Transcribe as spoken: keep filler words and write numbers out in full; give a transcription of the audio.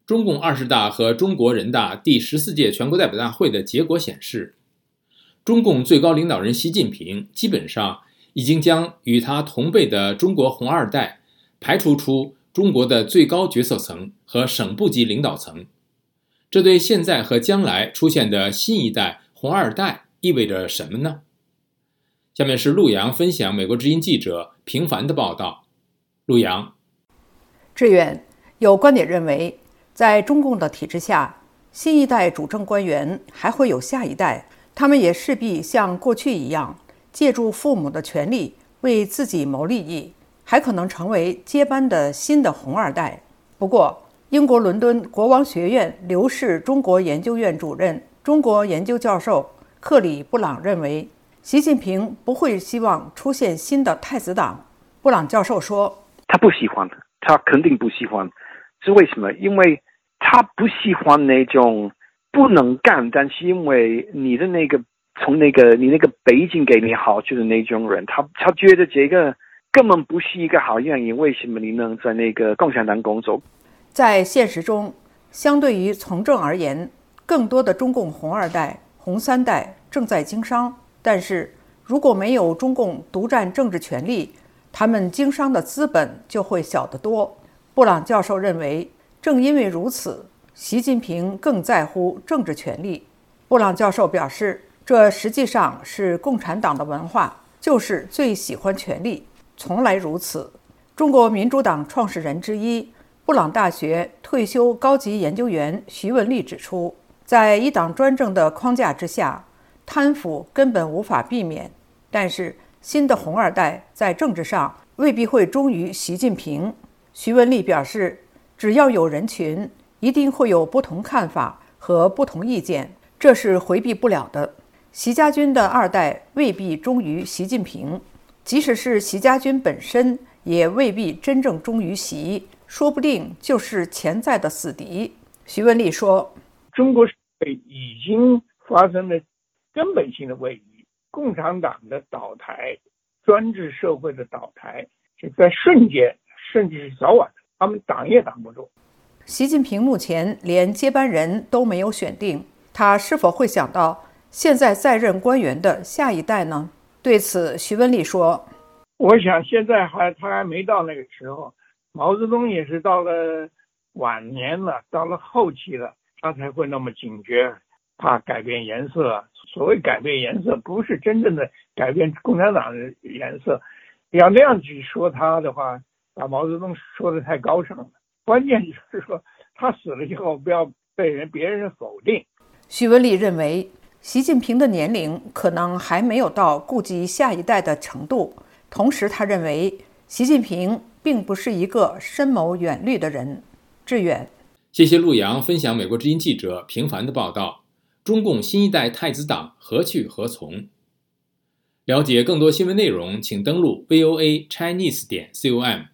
中共二十大和中国人大第十四届全国代表大会的结果显示，中共最高领导人习近平基本上已经将与他同辈的中国红二代排除出中国的最高决策层和省部级领导层。这对现在和将来出现的新一代红二代意味着什么呢？下面是陆洋分享美国之音记者平凡的报道。陆洋， 志远，有观点认为，在中共的体制下，新一代主政官员还会有下一代，他们也势必像过去一样，借助父母的权力为自己谋利益，还可能成为接班的新的红二代。不过，英国伦敦国王学院刘氏中国研究院主任、中国研究教授克里布朗认为，习近平不会希望出现新的太子党。布朗教授说， 他不喜欢，他肯定不喜欢。是为什么？因为他不喜欢那种不能干，但是因为你的那个从那个你那个背景给你好处的那种人，他他觉得这个根本不是一个好原因。为什么你能在那个共产党工作？ 在现实中，相对于从政而言，更多的中共红二代、红三代正在经商，但是如果没有中共独占政治权力，他们经商的资本就会小得多。布朗教授认为，正因为如此，习近平更在乎政治权力。布朗教授表示，这实际上是共产党的文化，就是最喜欢权力，从来如此。中国民主党创始人之一、布朗大学退休高级研究员徐文丽指出，在一党专政的框架之下，贪腐根本无法避免，但是新的红二代在政治上未必会忠于习近平。徐文丽表示，只要有人群，一定会有不同看法和不同意见，这是回避不了的。习家军的二代未必忠于习近平，即使是习家军本身也未必真正忠于习，说不定就是潜在的死敌。徐文丽说， 中国社会已经发生了根本性的位移，共产党的倒台，专制社会的倒台是在瞬间，甚至是早晚，他们挡也挡不住。 习近平目前连接班人都没有选定，他是否会想到现在在任官员的下一代呢？对此，徐文丽说， 我想现在还他还没到那个时候，毛泽东也是到了晚年了，到了后期了，他才会那么警觉，怕改变颜色。所谓改变颜色，不是真正的改变共产党的颜色。要那样去说他的话，把毛泽东说的太高尚了。关键就是说，他死了以后不要被人别人否定。 徐文丽认为，习近平的年龄可能还没有到顾及下一代的程度。同时，他认为习近平并不是一个深谋远虑的人。志远， 谢谢陆洋分享美国之音记者平凡的报道。中共新一代太子党何去何从？了解更多新闻内容，请登录 V O A Chinese 点 com。